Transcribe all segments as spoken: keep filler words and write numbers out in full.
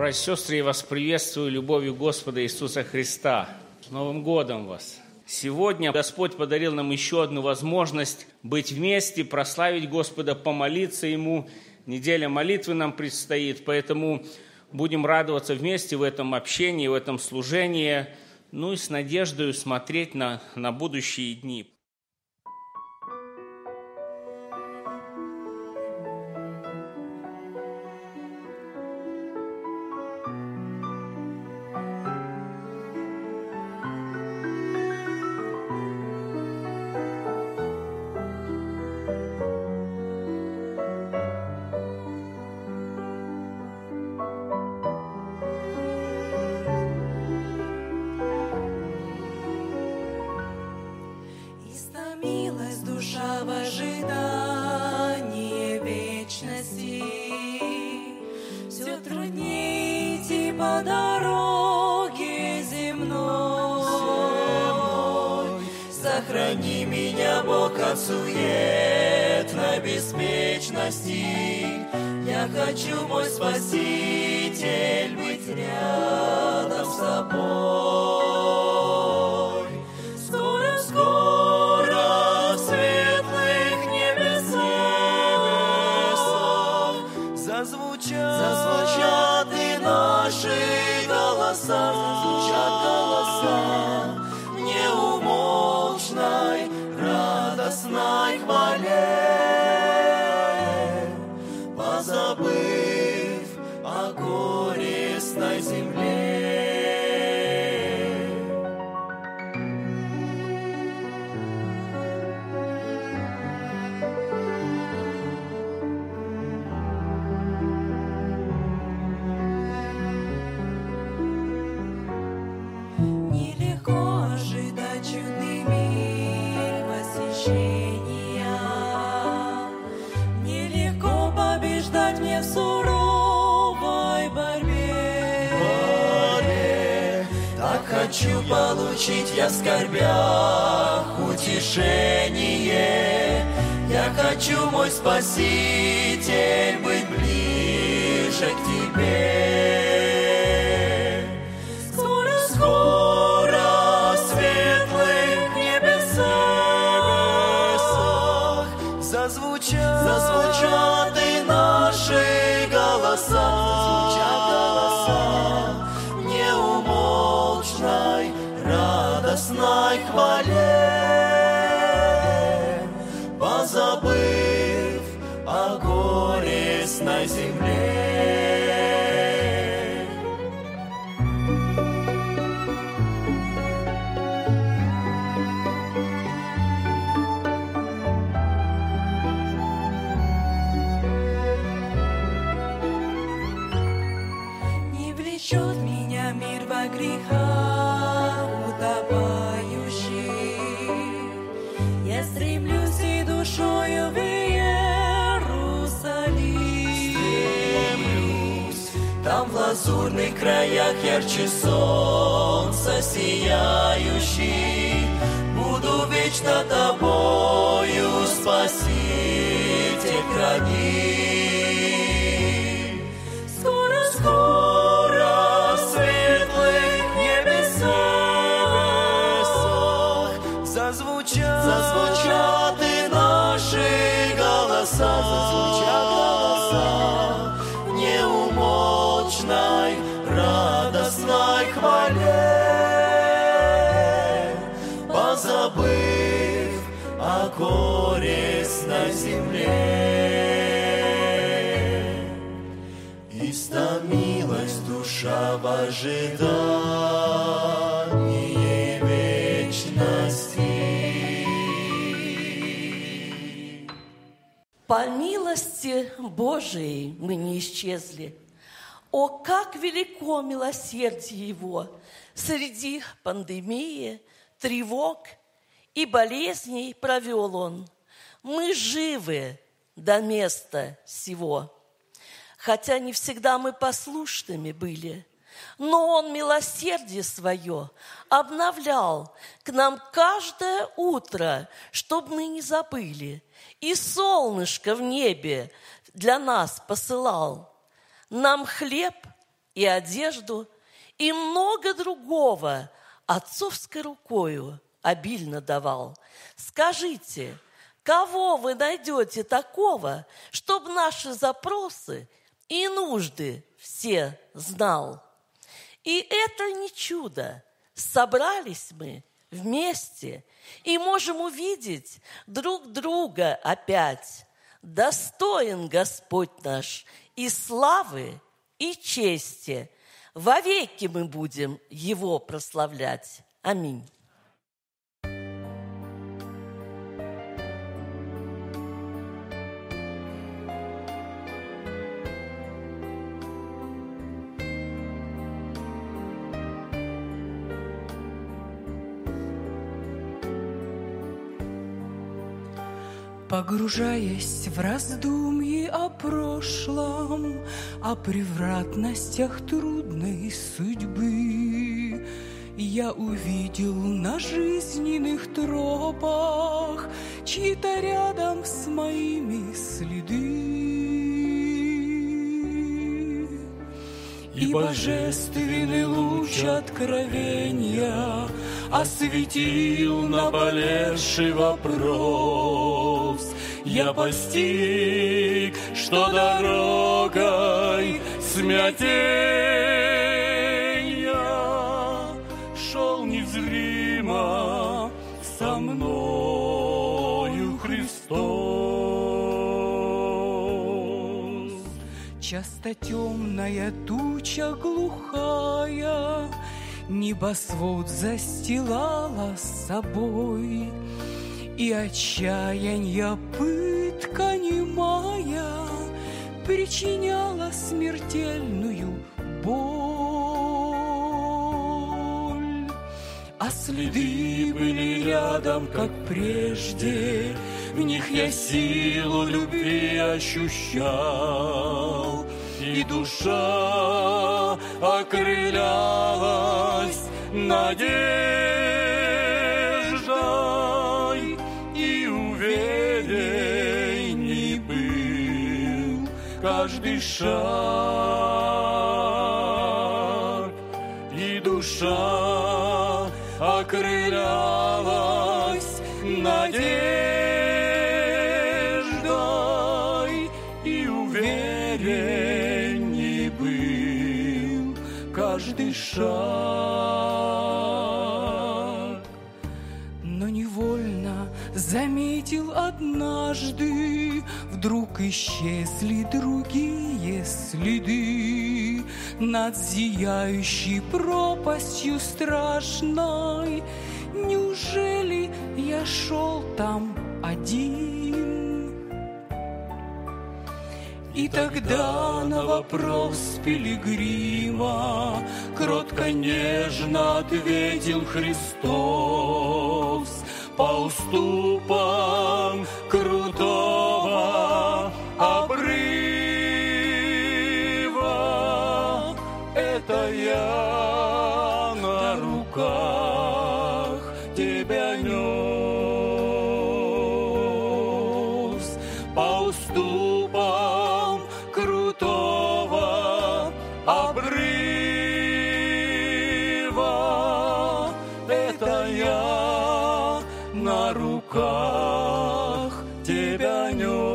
Братья и сестры, я вас приветствую любовью Господа Иисуса Христа. С Новым годом вас! Сегодня Господь подарил нам еще одну возможность быть вместе, прославить Господа, помолиться Ему. Неделя молитвы нам предстоит, поэтому будем радоваться вместе в этом общении, в этом служении, ну и с надеждой смотреть на, на будущие дни. Сохрани меня, Бог, от суетной беспечности. Я хочу, мой Спаситель, быть рядом с тобой. Скоро, скоро в светлых небесах зазвучат, зазвучат и наши голоса, зазвучат голоса неумолчной, радостной хвале, позабыв о горестной земле. В суровой борьбе, борьбе. Так хочу получить я в скорбях утешение. Я хочу, мой Спаситель, быть ближе к тебе. Скоро, скоро в светлых небесах зазвучат, зазвучат и наши голоса, зазвучат голоса неумолчной, радостной хвале, позабыв о горестной земле. Влечет меня мир во грехах утопающий. Я стремлюсь и душою в Иерусалим. Стремлюсь, там в лазурных краях ярче солнца сияющий. Буду вечно тобою, Спаситель, храним. Скоро, скоро зазвучат, зазвучат и наши голоса, зазвучат голоса в неумолчной, радостной хвале, позабыв о горестной земле. Истомилась душа в ожидании вечности. По милости Божией мы не исчезли. О, как велико милосердие Его! Среди пандемии, тревог и болезней провел Он. Мы живы до места сего. Хотя не всегда мы послушными были, но Он милосердие свое обновлял к нам каждое утро, чтоб мы не забыли. И солнышко в небе для нас посылал. Нам хлеб и одежду, и много другого отцовской рукою обильно давал. Скажите, кого вы найдете такого, чтобы наши запросы и нужды все знал? И это не чудо. Собрались мы вместе и можем увидеть друг друга опять. Достоин Господь наш и славы, и чести. Вовеки мы будем Его прославлять. Аминь. Погружаясь в раздумье о прошлом, о превратностях трудной судьбы, я увидел на жизненных тропах чьи-то рядом с моими следы. И божественный луч откровения осветил наболевший вопрос. Я постиг, что дорогой смятения шел незримо со мною Христос. Часто темная туча глухая небосвод застилала собой, и отчаянья пытка немая причиняла смертельную боль. А следы были рядом, как прежде, в них я силу любви ощущал, и душа окрылялась надеждой, и уверенней был каждый шаг, и душа окрылялась надеждой, и уверенней был каждый шаг. Но невольно заметил однажды, вдруг исчезли другие следы над зияющей пропастью страшной. Неужели я шел там один? И тогда на вопрос пилигрима кротко, нежно ответил Христос: по уступам крутого обрыва это я на руках тебя нес. По уступам крутого обрыва это я на руках тебя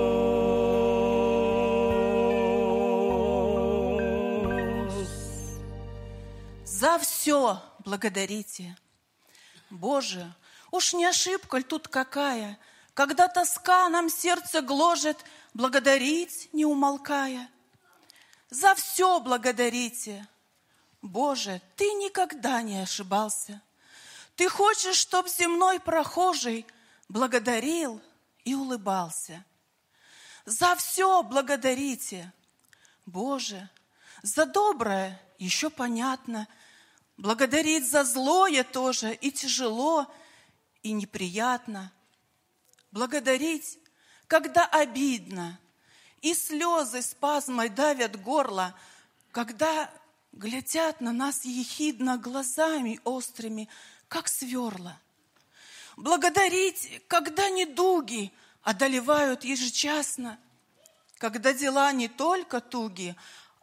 нес. За все благодарите. Боже, уж не ошибка ль тут какая, когда тоска нам сердце гложет, благодарить не умолкая. За все благодарите. Боже, Ты никогда не ошибался. Ты хочешь, чтоб земной прохожий благодарил и улыбался. За все благодарите. Боже, за доброе еще понятно, благодарить за злое тоже и тяжело, и неприятно. Благодарить, когда обидно, и слезы спазмой давят горло, когда глядят на нас ехидно глазами острыми, как сверла. Благодарить, когда недуги одолевают ежечасно, когда дела не только туги, а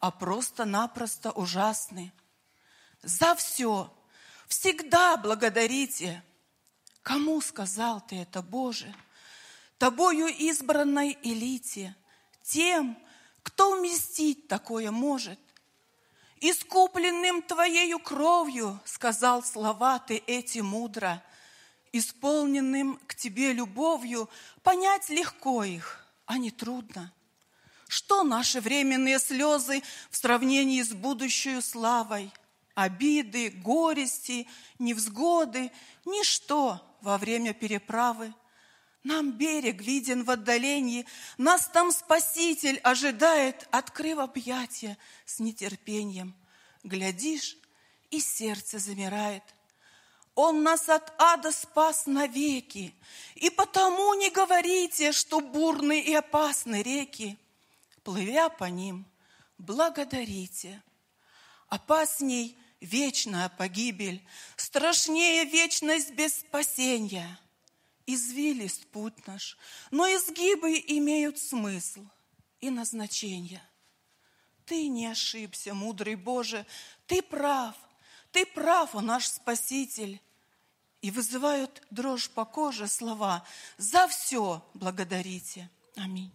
а просто-напросто ужасны. За все всегда благодарите. Кому сказал ты это, Боже? Тобою избранной элите, тем, кто вместить такое может. Искупленным Твоею кровью сказал слова Ты эти мудро, исполненным к Тебе любовью понять легко их, а не трудно. Что наши временные слезы в сравнении с будущей славой? Обиды, горести, невзгоды, ничто во время переправы. Нам берег виден в отдалении, нас там Спаситель ожидает, открыв объятия с нетерпением. Глядишь, и сердце замирает. Он нас от ада спас навеки, и потому не говорите, что бурны и опасны реки. Плывя по ним, благодарите. Опасней вечная погибель, страшнее вечность без спасения. Извилист путь наш, но изгибы имеют смысл и назначение. Ты не ошибся, мудрый Боже, Ты прав, Ты прав, о наш Спаситель. И вызывают дрожь по коже слова: за все благодарите. Аминь.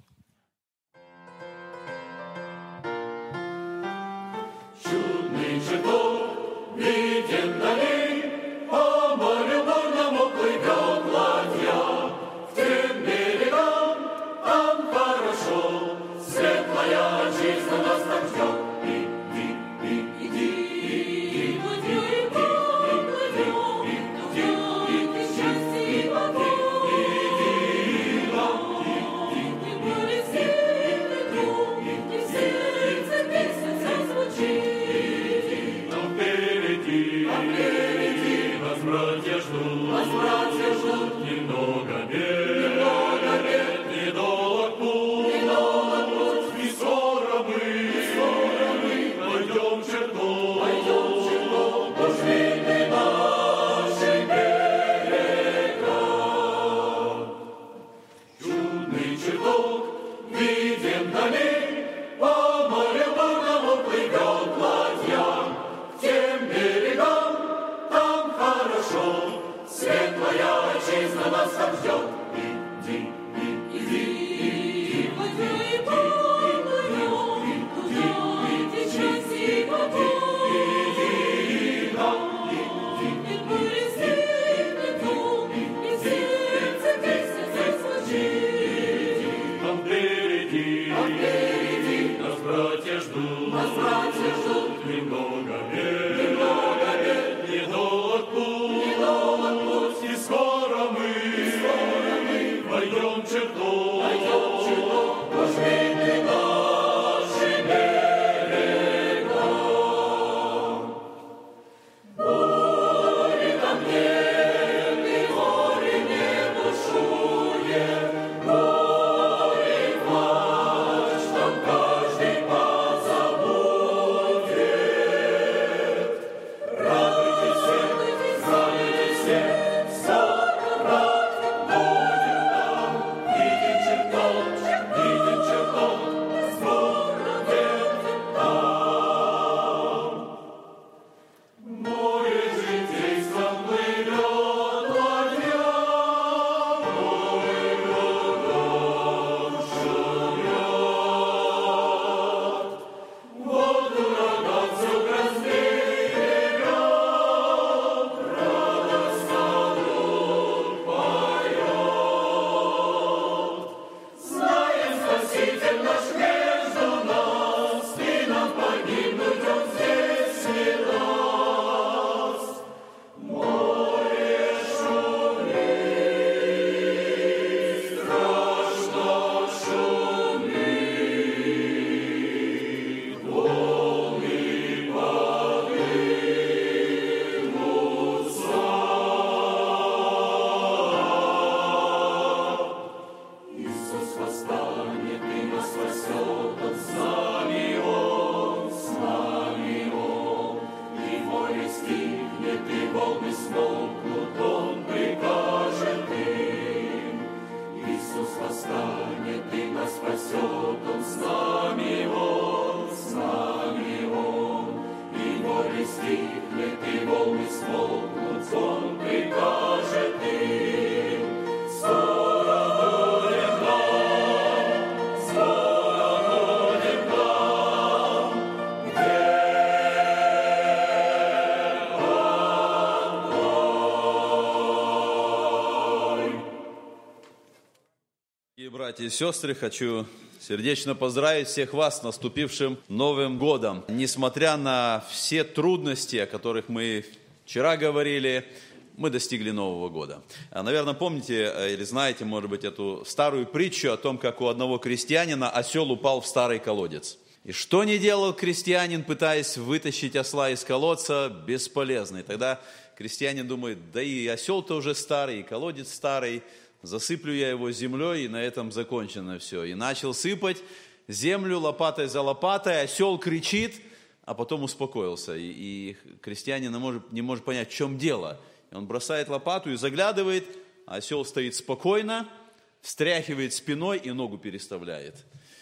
Чудный чертог виден вдали, по морю бурному плывет ладья. В тем берегам, там хорошо, светлая жизнь нас там ждет. Иди, иди, иди, иди, братья ждут, вас братья ждут, немного лет, немного лет, недолг путь, недолг путь, и скоро мы, и скоро мы пойдем чертог, пойдем чертог, уж видны наши берега. Чудный чертог виден вдали, по морю бурному плывет ладья, к тем берегам хорошо, светлая жизнь на нас там ждет. Иди, иди, иди, иди, иди, туда, где счастье готов. Иди, и блестит дом, и сердце песня зазвучит. Там впереди, Братья и сестры, хочу сердечно поздравить всех вас с наступившим Новым годом. Несмотря на все трудности, о которых мы вчера говорили, мы достигли Нового года. Наверное, помните или знаете, может быть, эту старую притчу о том, как у одного крестьянина осел упал в старый колодец. И что не делал крестьянин, пытаясь вытащить осла из колодца, бесполезно. И тогда крестьянин думает, да и осел-то уже старый, и колодец старый, засыплю я его землей, и на этом закончено все. И начал сыпать землю лопатой за лопатой, осел кричит, а потом успокоился. И, и крестьянин не может, не может понять, в чем дело. И он бросает лопату и заглядывает, а осел стоит спокойно, встряхивает спиной и ногу переставляет.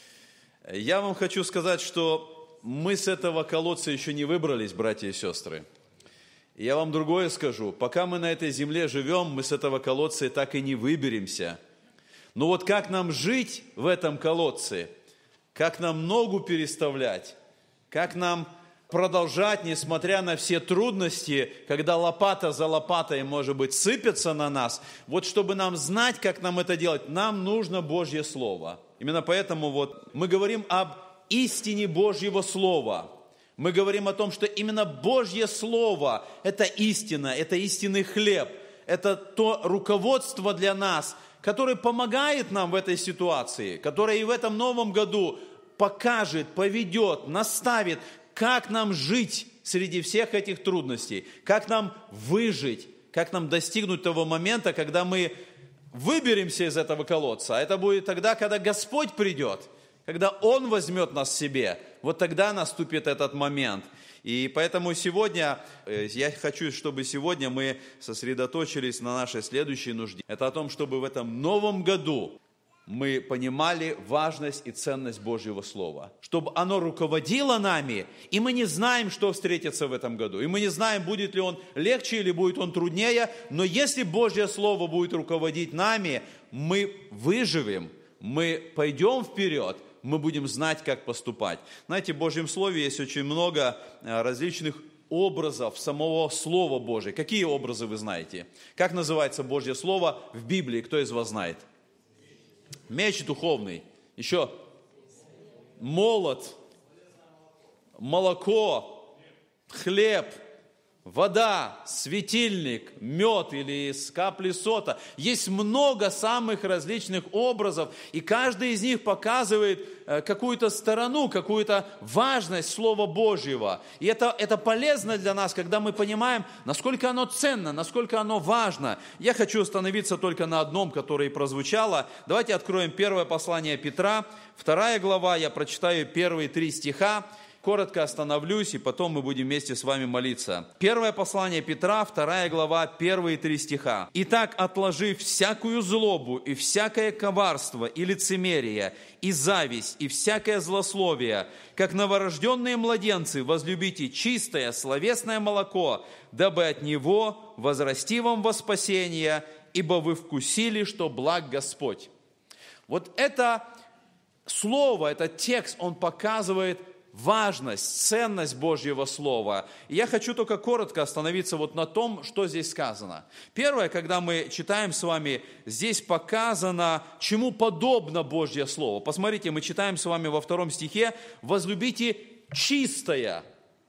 Я вам хочу сказать, что мы с этого колодца еще не выбрались, братья и сестры. И я вам другое скажу. Пока мы на этой земле живем, мы с этого колодца и так и не выберемся. Но вот как нам жить в этом колодце? Как нам ногу переставлять? Как нам продолжать, несмотря на все трудности, когда лопата за лопатой, может быть, сыпется на нас? Вот чтобы нам знать, как нам это делать, нам нужно Божье Слово. Именно поэтому вот мы говорим об истине Божьего Слова. Мы говорим о том, что именно Божье Слово – это истина, это истинный хлеб, это то руководство для нас, которое помогает нам в этой ситуации, которое и в этом новом году покажет, поведет, наставит, как нам жить среди всех этих трудностей, как нам выжить, как нам достигнуть того момента, когда мы выберемся из этого колодца. А это будет тогда, когда Господь придет, когда Он возьмет нас к себе. Вот тогда наступит этот момент. И поэтому сегодня, я хочу, чтобы сегодня мы сосредоточились на нашей следующей нужде. Это о том, чтобы в этом новом году мы понимали важность и ценность Божьего Слова. Чтобы оно руководило нами, и мы не знаем, что встретится в этом году. И мы не знаем, будет ли он легче или будет он труднее. Но если Божье Слово будет руководить нами, мы выживем, мы пойдем вперед, мы будем знать, как поступать. Знаете, в Божьем Слове есть очень много различных образов самого Слова Божьего. Какие образы вы знаете? Как называется Божье Слово в Библии? Кто из вас знает? Меч духовный. Еще молот, молоко, хлеб, вода, светильник, мед или из капли сота. Есть много самых различных образов, и каждый из них показывает какую-то сторону, какую-то важность Слова Божьего. И это, это полезно для нас, когда мы понимаем, насколько оно ценно, насколько оно важно. Я хочу остановиться только на одном, которое и прозвучало. Давайте откроем первое послание Петра, вторая глава, я прочитаю первые три стиха. Коротко остановлюсь, и потом мы будем вместе с вами молиться. Первое послание Петра, вторая глава, первые три стиха. «Итак, отложив всякую злобу и всякое коварство и лицемерие, и зависть, и всякое злословие, как новорожденные младенцы, возлюбите чистое словесное молоко, дабы от него возрасти вам во спасение, ибо вы вкусили, что благ Господь». Вот это слово, этот текст, он показывает важность, ценность Божьего Слова. И я хочу только коротко остановиться вот на том, что здесь сказано. Первое, когда мы читаем с вами, здесь показано, чему подобно Божье Слово. Посмотрите, мы читаем с вами во втором стихе: «Возлюбите чистое».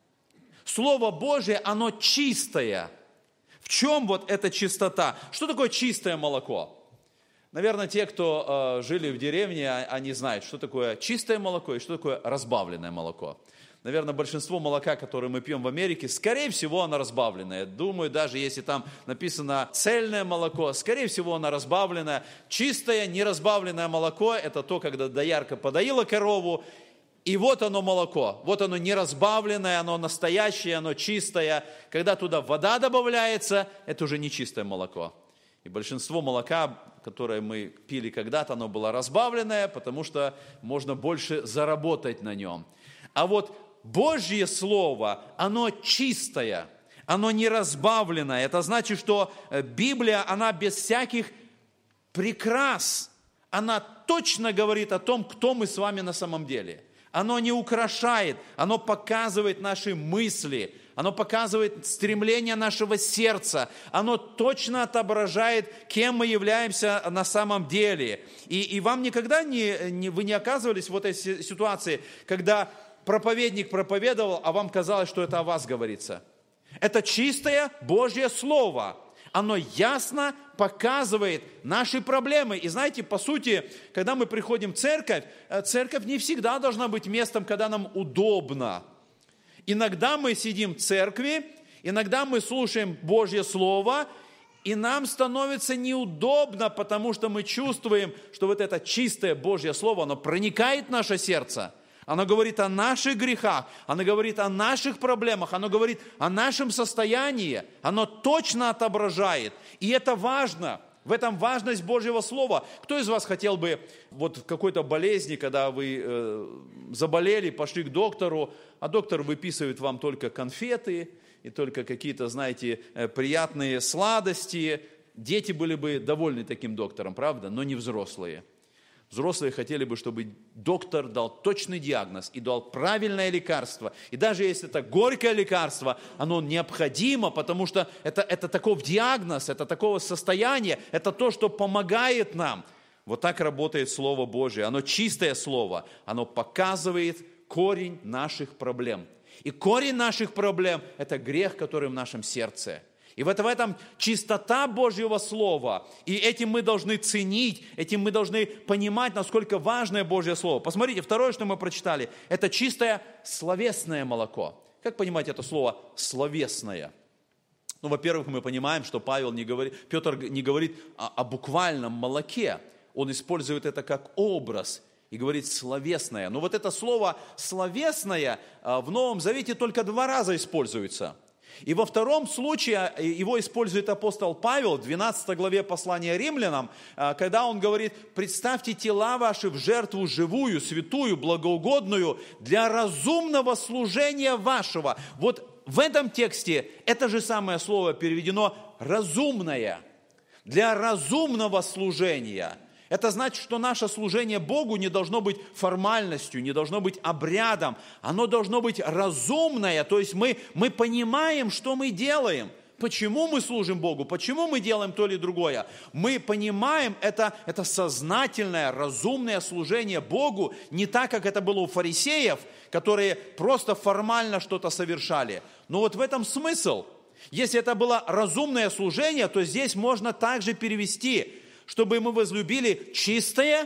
Слово Божье, оно чистое. В чем вот эта чистота? Что такое чистое молоко? Наверное, те, кто э, жили в деревне, они знают, что такое чистое молоко и что такое разбавленное молоко. Наверное, большинство молока, которое мы пьем в Америке, скорее всего, оно разбавленное. Думаю, даже если там написано цельное молоко, скорее всего, оно разбавленное. Чистое, неразбавленное молоко – это то, когда доярка подоила корову, и вот оно молоко. Вот оно неразбавленное, оно настоящее, оно чистое. Когда туда вода добавляется, это уже не чистое молоко. И большинство молока, которое мы пили когда-то, оно было разбавленное, потому что можно больше заработать на нем. А вот Божье Слово, оно чистое, оно не разбавленное. Это значит, что Библия, она без всяких прикрас, она точно говорит о том, кто мы с вами на самом деле. Оно не украшает, оно показывает наши мысли, оно показывает стремление нашего сердца, оно точно отображает, кем мы являемся на самом деле. И, и вам никогда не, не, вы не оказывались в этой ситуации, когда проповедник проповедовал, а вам казалось, что это о вас говорится? Это чистое Божье Слово. Оно ясно показывает наши проблемы. И знаете, по сути, когда мы приходим в церковь, церковь не всегда должна быть местом, когда нам удобно. Иногда мы сидим в церкви, иногда мы слушаем Божье Слово, и нам становится неудобно, потому что мы чувствуем, что вот это чистое Божье Слово, оно проникает в наше сердце. Оно говорит о наших грехах, оно говорит о наших проблемах, оно говорит о нашем состоянии, оно точно отображает. И это важно, в этом важность Божьего Слова. Кто из вас хотел бы вот в какой-то болезни, когда вы э, заболели, пошли к доктору, а доктор выписывает вам только конфеты и только какие-то, знаете, э, приятные сладости. Дети были бы довольны таким доктором, правда, но не взрослые. Взрослые хотели бы, чтобы доктор дал точный диагноз и дал правильное лекарство. И даже если это горькое лекарство, оно необходимо, потому что это, это таков диагноз, это такого состояния, это то, что помогает нам. Вот так работает Слово Божие. Оно чистое Слово, оно показывает корень наших проблем. И корень наших проблем – это грех, который в нашем сердце. И вот в этом чистота Божьего Слова. И этим мы должны ценить, этим мы должны понимать, насколько важное Божье Слово. Посмотрите, второе, что мы прочитали, это чистое словесное молоко. Как понимать это слово «словесное»? Ну, во-первых, мы понимаем, что Павел не говорит, Петр не говорит о, о буквальном молоке. Он использует это как образ и говорит «словесное». Но вот это слово «словесное» в Новом Завете только два раза используется. И во втором случае его использует апостол Павел в двенадцатой главе послания Римлянам, когда он говорит: «Представьте тела ваши в жертву живую, святую, благоугодную для разумного служения вашего». Вот в этом тексте это же самое слово переведено «разумное», для разумного служения. Это значит, что наше служение Богу не должно быть формальностью, не должно быть обрядом. Оно должно быть разумное, то есть мы, мы понимаем, что мы делаем. Почему мы служим Богу, почему мы делаем то или другое. Мы понимаем, это, это сознательное, разумное служение Богу, не так, как это было у фарисеев, которые просто формально что-то совершали. Но вот в этом смысл. Если это было разумное служение, то здесь можно также перевести, чтобы мы возлюбили чистое,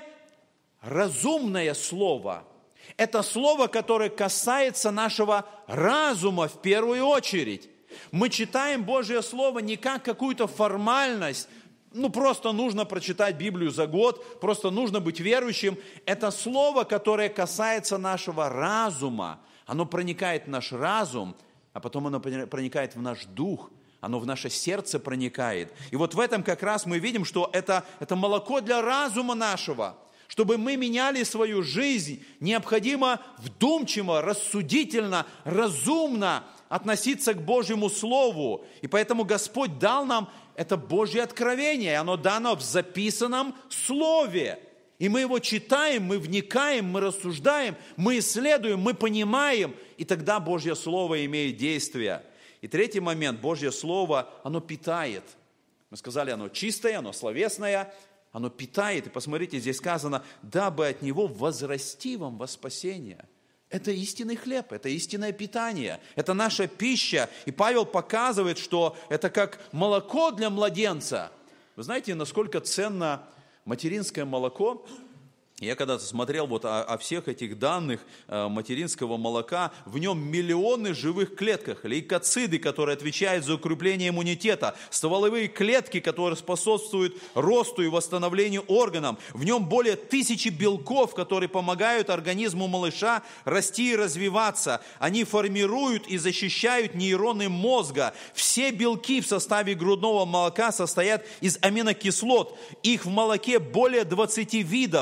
разумное слово. Это слово, которое касается нашего разума в первую очередь. Мы читаем Божье Слово не как какую-то формальность, ну просто нужно прочитать Библию за год, просто нужно быть верующим. Это слово, которое касается нашего разума. Оно проникает в наш разум, а потом оно проникает в наш дух. Оно в наше сердце проникает. И вот в этом как раз мы видим, что это, это молоко для разума нашего. Чтобы мы меняли свою жизнь, необходимо вдумчиво, рассудительно, разумно относиться к Божьему Слову. И поэтому Господь дал нам это Божье откровение. И оно дано в записанном Слове. И мы его читаем, мы вникаем, мы рассуждаем, мы исследуем, мы понимаем. И тогда Божье Слово имеет действие. И третий момент, Божье Слово, оно питает. Мы сказали, оно чистое, оно словесное, оно питает. И посмотрите, здесь сказано, дабы от него возрасти вам во спасение. Это истинный хлеб, это истинное питание, это наша пища. И Павел показывает, что это как молоко для младенца. Вы знаете, насколько ценно материнское молоко? Я когда-то смотрел вот о, о всех этих данных э, материнского молока, в нем миллионы живых клетках, лейкоциды, которые отвечают за укрепление иммунитета, стволовые клетки, которые способствуют росту и восстановлению органов, в нем более тысячи белков, которые помогают организму малыша расти и развиваться, они формируют и защищают нейроны мозга. Все белки в составе грудного молока состоят из аминокислот, их в молоке более двадцати видов, к ним относятся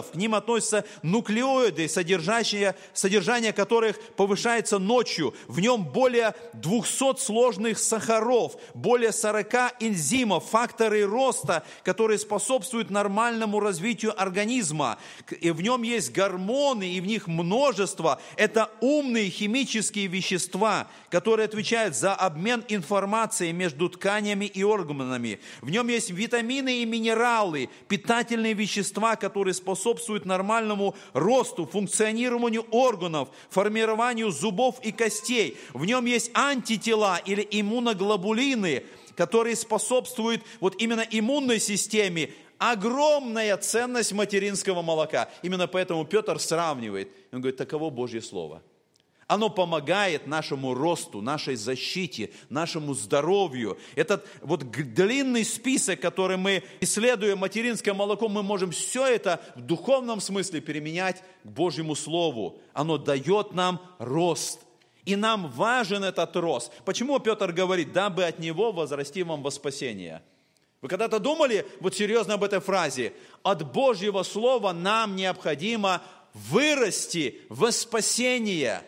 относятся нуклеоиды, содержащие, содержание которых повышается ночью. В нем более двухсот сложных сахаров, более сорока энзимов, факторы роста, которые способствуют нормальному развитию организма. И в нем есть гормоны, и в них множество. Это умные химические вещества, которые отвечают за обмен информацией между тканями и органами. В нем есть витамины и минералы, питательные вещества, которые способствуют нормальному росту, функционированию органов, формированию зубов и костей. В нем есть антитела или иммуноглобулины, которые способствуют вот именно иммунной системе. Огромная ценность материнского молока. Именно поэтому Петр сравнивает. Он говорит, таково Божье Слово. Оно помогает нашему росту, нашей защите, нашему здоровью. Этот вот длинный список, который мы исследуем, материнское молоко, мы можем все это в духовном смысле переменять к Божьему Слову. Оно дает нам рост. И нам важен этот рост. Почему Петр говорит, дабы от него возрасти вам во спасение? Вы когда-то думали вот серьезно об этой фразе? От Божьего Слова нам необходимо вырасти во спасение.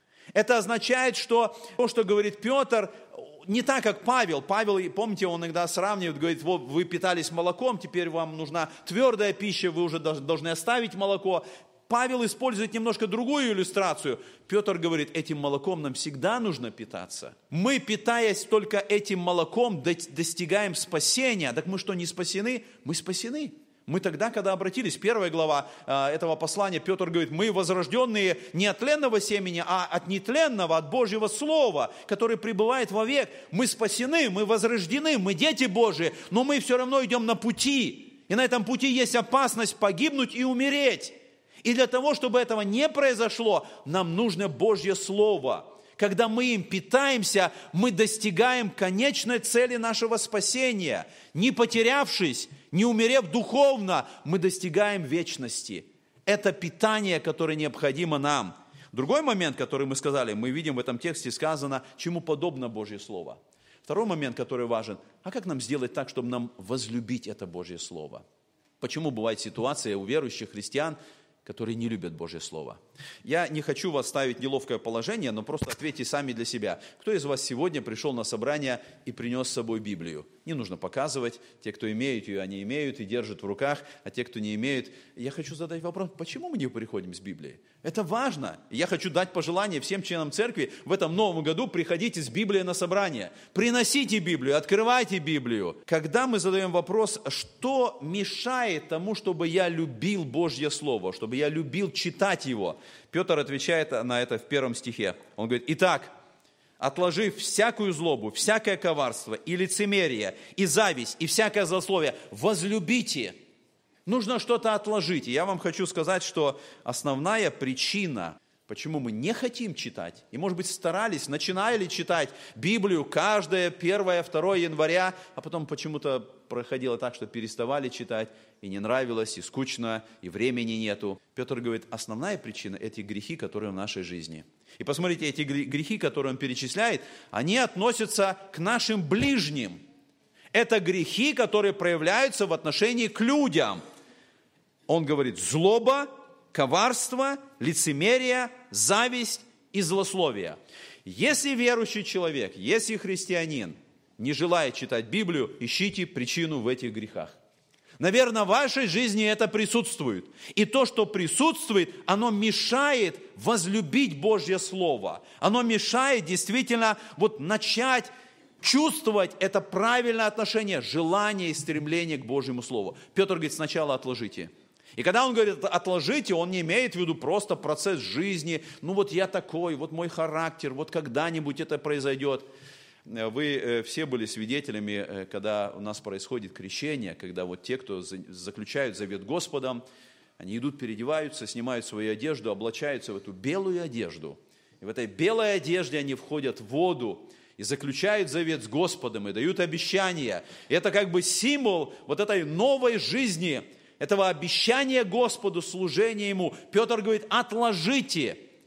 Это означает, что то, что говорит Петр, не так, как Павел. Павел, помните, он иногда сравнивает, говорит, вот вы питались молоком, теперь вам нужна твердая пища, вы уже должны оставить молоко. Павел использует немножко другую иллюстрацию. Петр говорит, этим молоком нам всегда нужно питаться. Мы, питаясь только этим молоком, достигаем спасения. Так мы что, не спасены? Мы спасены. Мы тогда, когда обратились, первая глава э, этого послания, Петр говорит, мы возрожденные не от тленного семени, а от нетленного, от Божьего Слова, который пребывает вовек. Мы спасены, мы возрождены, мы дети Божии, но мы все равно идем на пути. И на этом пути есть опасность погибнуть и умереть. И для того, чтобы этого не произошло, нам нужно Божье Слово. Когда мы им питаемся, мы достигаем конечной цели нашего спасения. Не потерявшись, не умерев духовно, мы достигаем вечности. Это питание, которое необходимо нам. Другой момент, который мы сказали, мы видим в этом тексте сказано, чему подобно Божье Слово. Второй момент, который важен, а как нам сделать так, чтобы нам возлюбить это Божье Слово? Почему бывает ситуация у верующих христиан, которые не любят Божье Слово? Я не хочу вас ставить в неловкое положение, но просто ответьте сами для себя. Кто из вас сегодня пришел на собрание и принес с собой Библию? Не нужно показывать. Те, кто имеют ее, они имеют и держат в руках, а те, кто не имеют. Я хочу задать вопрос, почему мы не приходим с Библией? Это важно. Я хочу дать пожелание всем членам церкви в этом новом году: приходите с Библией на собрание. Приносите Библию, открывайте Библию. Когда мы задаем вопрос, что мешает тому, чтобы я любил Божье Слово, чтобы я любил читать его, Петр отвечает на это в первом стихе. Он говорит, итак, отложив всякую злобу, всякое коварство и лицемерие, и зависть, и всякое злословие, возлюбите. Нужно что-то отложить. И я вам хочу сказать, что основная причина, почему мы не хотим читать, и, может быть, старались, начинали читать Библию каждое первое, второе января, а потом почему-то проходило так, что переставали читать, и не нравилось, и скучно, и времени нету. Петр говорит, основная причина – эти грехи, которые в нашей жизни. И посмотрите, эти грехи, которые он перечисляет, они относятся к нашим ближним. Это грехи, которые проявляются в отношении к людям. Он говорит, злоба, коварство, лицемерие, зависть и злословие. Если верующий человек, если христианин не желает читать Библию, ищите причину в этих грехах. Наверное, в вашей жизни это присутствует. И то, что присутствует, оно мешает возлюбить Божье Слово. Оно мешает действительно вот начать чувствовать это правильное отношение, желание и стремление к Божьему Слову. Петр говорит, сначала отложите. И когда он говорит отложите, он не имеет в виду просто процесс жизни. Ну вот я такой, вот мой характер, вот когда-нибудь это произойдет. Вы все были свидетелями, когда у нас происходит крещение, когда вот те, кто заключают завет Господом, они идут, переодеваются, снимают свою одежду, облачаются в эту белую одежду. И в этой белой одежде они входят в воду и заключают завет с Господом, и дают обещания. И это как бы символ вот этой новой жизни, этого обещания Господу, служения Ему. Петр говорит, отложите.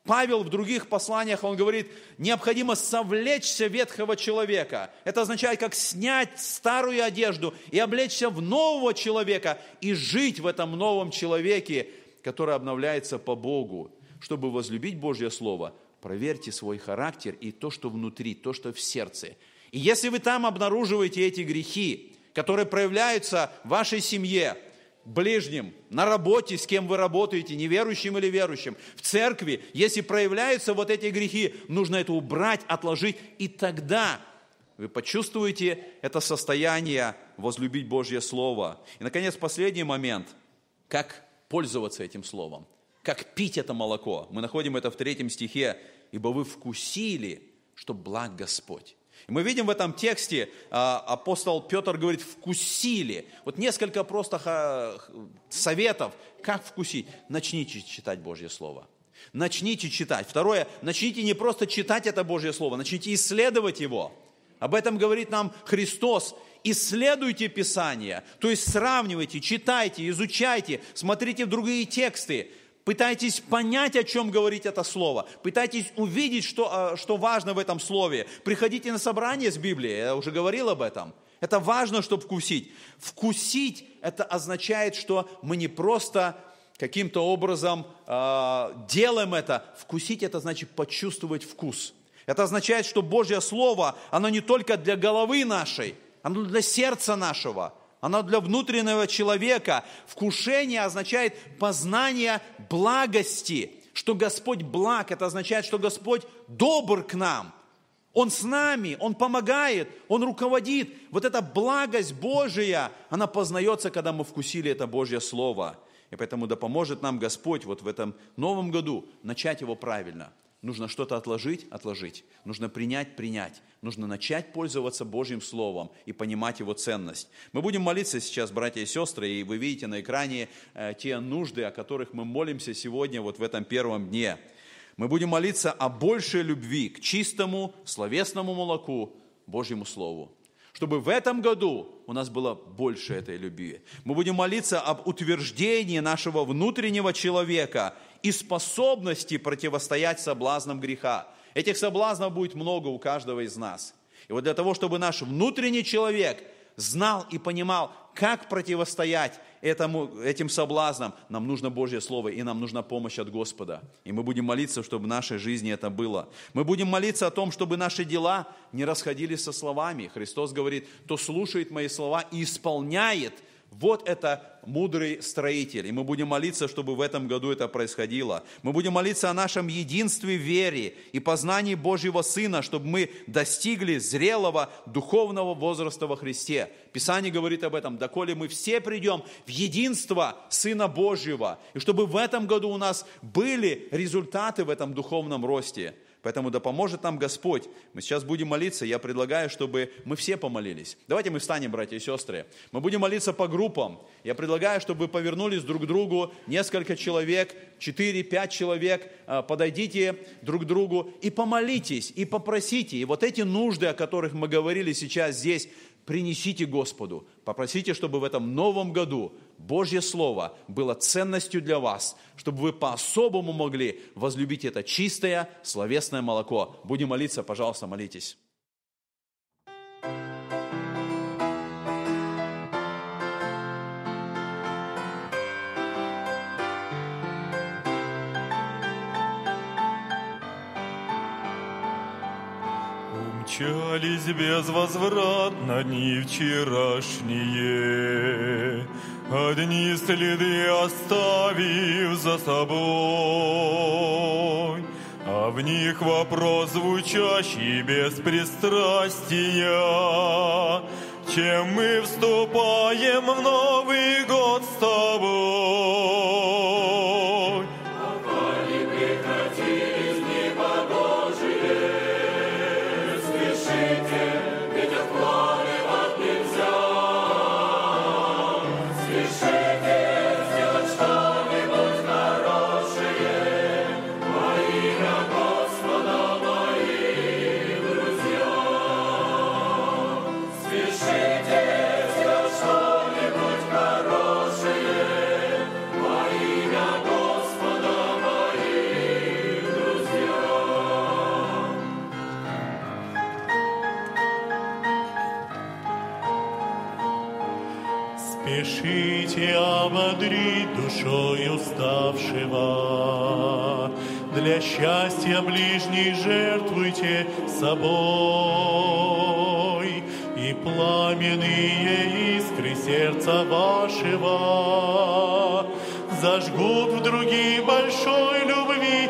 Павел в других посланиях, он говорит, необходимо совлечься ветхого человека. Это означает, как снять старую одежду и облечься в нового человека и жить в этом новом человеке, который обновляется по Богу. Чтобы возлюбить Божье Слово, проверьте свой характер и то, что внутри, то, что в сердце. И если вы там обнаруживаете эти грехи, которые проявляются в вашей семье, ближним, на работе, с кем вы работаете, неверующим или верующим, в церкви, если проявляются вот эти грехи, нужно это убрать, отложить, и тогда вы почувствуете это состояние возлюбить Божье Слово. И, наконец, последний момент, как пользоваться этим Словом, как пить это молоко. Мы находим это в третьем стихе, «Ибо вы вкусили, что благ Господь». И мы видим в этом тексте, апостол Петр говорит, вкусили. Вот несколько просто советов, как вкусить. Начните читать Божье Слово. Начните читать. Второе, начните не просто читать это Божье Слово, начните исследовать его. Об этом говорит нам Христос. Исследуйте Писание, то есть сравнивайте, читайте, изучайте, смотрите в другие тексты. Пытайтесь понять, о чем говорит это слово. Пытайтесь увидеть, что, что важно в этом слове. Приходите на собрание с Библией, я уже говорил об этом. Это важно, чтобы вкусить. Вкусить, это означает, что мы не просто каким-то образом э, делаем это. Вкусить, это значит почувствовать вкус. Это означает, что Божье Слово, оно не только для головы нашей, оно для сердца нашего. Оно для внутреннего человека. Вкушение означает познание благости, что Господь благ. Это означает, что Господь добр к нам. Он с нами, Он помогает, Он руководит. Вот эта благость Божия, она познается, когда мы вкусили это Божье Слово. И поэтому да поможет нам Господь вот в этом новом году начать его правильно. Нужно что-то отложить, отложить. Нужно принять, принять. Нужно начать пользоваться Божьим Словом и понимать его ценность. Мы будем молиться сейчас, братья и сестры, и вы видите на экране э, те нужды, о которых мы молимся сегодня вот в этом первом дне. Мы будем молиться о большей любви к чистому, словесному молоку, Божьему Слову. Чтобы в этом году у нас было больше этой любви. Мы будем молиться об утверждении нашего внутреннего человека и способности противостоять соблазнам греха. Этих соблазнов будет много у каждого из нас. И вот для того, чтобы наш внутренний человек знал и понимал, как противостоять этому, этим соблазнам, нам нужно Божье Слово, и нам нужна помощь от Господа. И мы будем молиться, чтобы в нашей жизни это было. Мы будем молиться о том, чтобы наши дела не расходились со словами. Христос говорит, кто слушает мои слова и исполняет, вот это мудрый строитель. И мы будем молиться, чтобы в этом году это происходило. Мы будем молиться о нашем единстве в вере и познании Божьего Сына, чтобы мы достигли зрелого духовного возраста во Христе. Писание говорит об этом, доколе мы все придем в единство Сына Божьего. И чтобы в этом году у нас были результаты в этом духовном росте. Поэтому да поможет нам Господь. Мы сейчас будем молиться. Я предлагаю, чтобы мы все помолились. Давайте мы встанем, братья и сестры. Мы будем молиться по группам. Я предлагаю, чтобы вы повернулись друг к другу. Несколько человек, четыре-пять человек. Подойдите друг к другу и помолитесь, и попросите. И вот эти нужды, о которых мы говорили сейчас здесь, принесите Господу. Попросите, чтобы в этом новом году Божье Слово было ценностью для вас, чтобы вы по-особому могли возлюбить это чистое словесное молоко. Будем молиться, пожалуйста, молитесь. Умчались безвозвратно дни вчерашние, одни следы оставив за собой, а в них вопрос звучащий без пристрастия, чем мы вступаем в Новый год с тобой. Поколи прекратились дни погожие, спешите, ведь откладывать нельзя. Спешите сделать что-нибудь хорошее во имя Господа, мои друзья. Спешите сделать что-нибудь хорошее во Утешить и ободрить душой уставшего. Для счастья ближней жертвуйте собой, и пламенные искры сердца вашего зажгут в других большой любви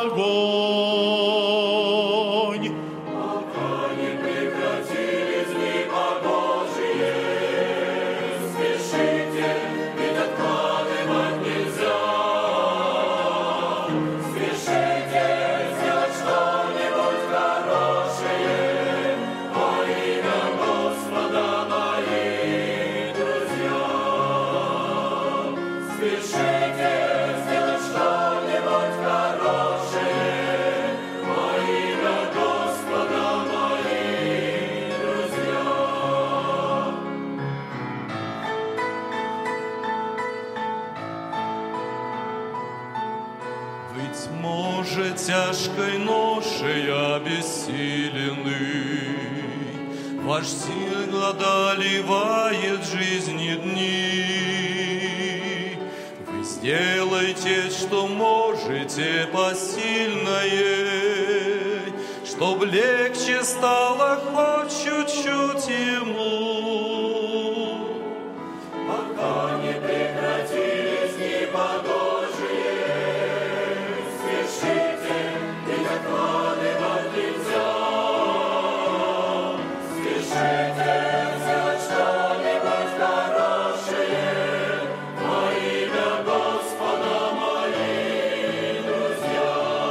огонь. Пока не прекратились дни Божие, спешите, ведь откладывать нельзя. Спешите сделать что-нибудь хорошее во имя Господа, мои друзья. Спешите сделать что-нибудь хорошее во имя Господа, мои друзья. Быть может, тяжкой ношей обессилены, ваш сил доливает жизни дни. Вы сделайте, что можете посильное, чтоб легче стало хоть чуть-чуть ему. Пока не прекратились дни Божие, спешите, ведь откладывать нельзя. Спешите сделать что-нибудь хорошее во имя Господа, мои друзья.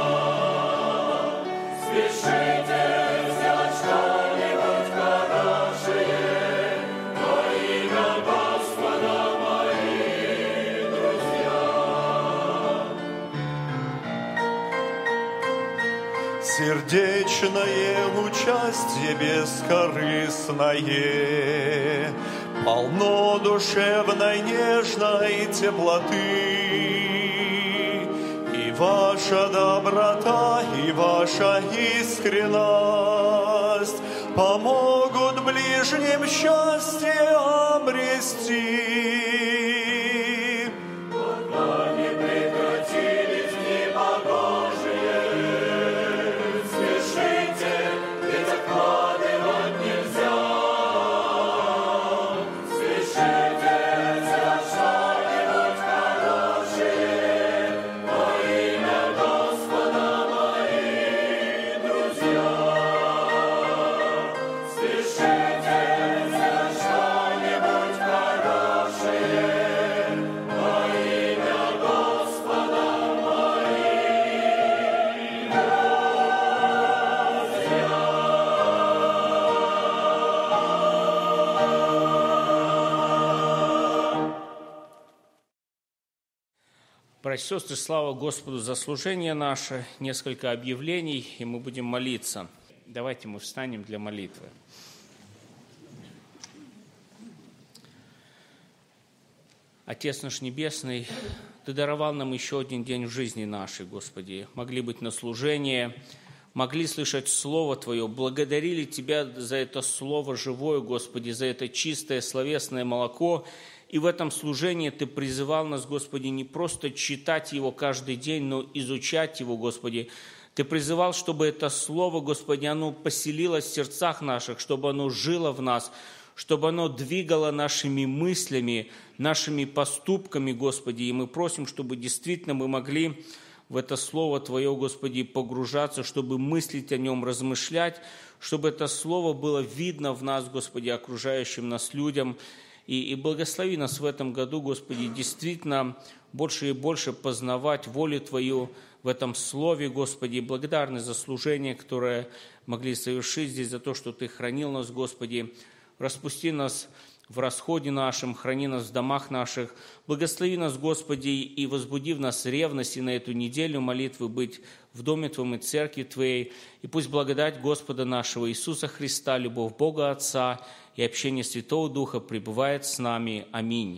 Спешите сделать что-нибудь хорошее во имя Господа, мои друзья. Сердечное участие бескорыстное, полно душевной нежной теплоты. И ваша доброта, и ваша искренность помогут ближним счастье обрести. Пока не прекратились дни Божие, спешите, ведь откладывать нельзя. Спешите сделать что-нибудь хорошее во имя Господа, мои друзья. Спешите сделать что-нибудь хорошее во имя Господа, мои Братья и сестры, слава Господу за служение наше, несколько объявлений, и мы будем молиться. Давайте мы встанем для молитвы. Отец наш Небесный, Ты даровал нам еще один день в жизни нашей, Господи. Могли быть на служение, могли слышать Слово Твое, благодарили Тебя за это Слово живое, Господи, за это чистое словесное молоко. И в этом служении Ты призывал нас, Господи, не просто читать его каждый день, но изучать его, Господи. Ты призывал, чтобы это Слово, Господи, оно поселилось в сердцах наших, чтобы оно жило в нас, чтобы оно двигало нашими мыслями, нашими поступками, Господи. И мы просим, чтобы действительно мы могли в это Слово Твое, Господи, погружаться, чтобы мыслить о нем, размышлять, чтобы это Слово было видно в нас, Господи, окружающим нас людям. И, и благослови нас в этом году, Господи, действительно больше и больше познавать волю Твою в этом Слове, Господи. Благодарны за служение, которое могли совершить здесь, за то, что Ты хранил нас, Господи. Распусти нас в расходе нашем, храни нас в домах наших. Благослови нас, Господи, и возбуди в нас ревность и на эту неделю молитвы быть в Доме Твоем и Церкви Твоей. И пусть благодать Господа нашего Иисуса Христа, любовь Бога Отца и общение Святого Духа пребывает с нами. Аминь.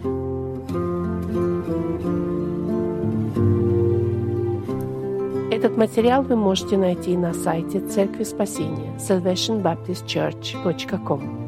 Этот материал вы можете найти на сайте Церкви Спасения салвейшн баптист чёрч точка ком.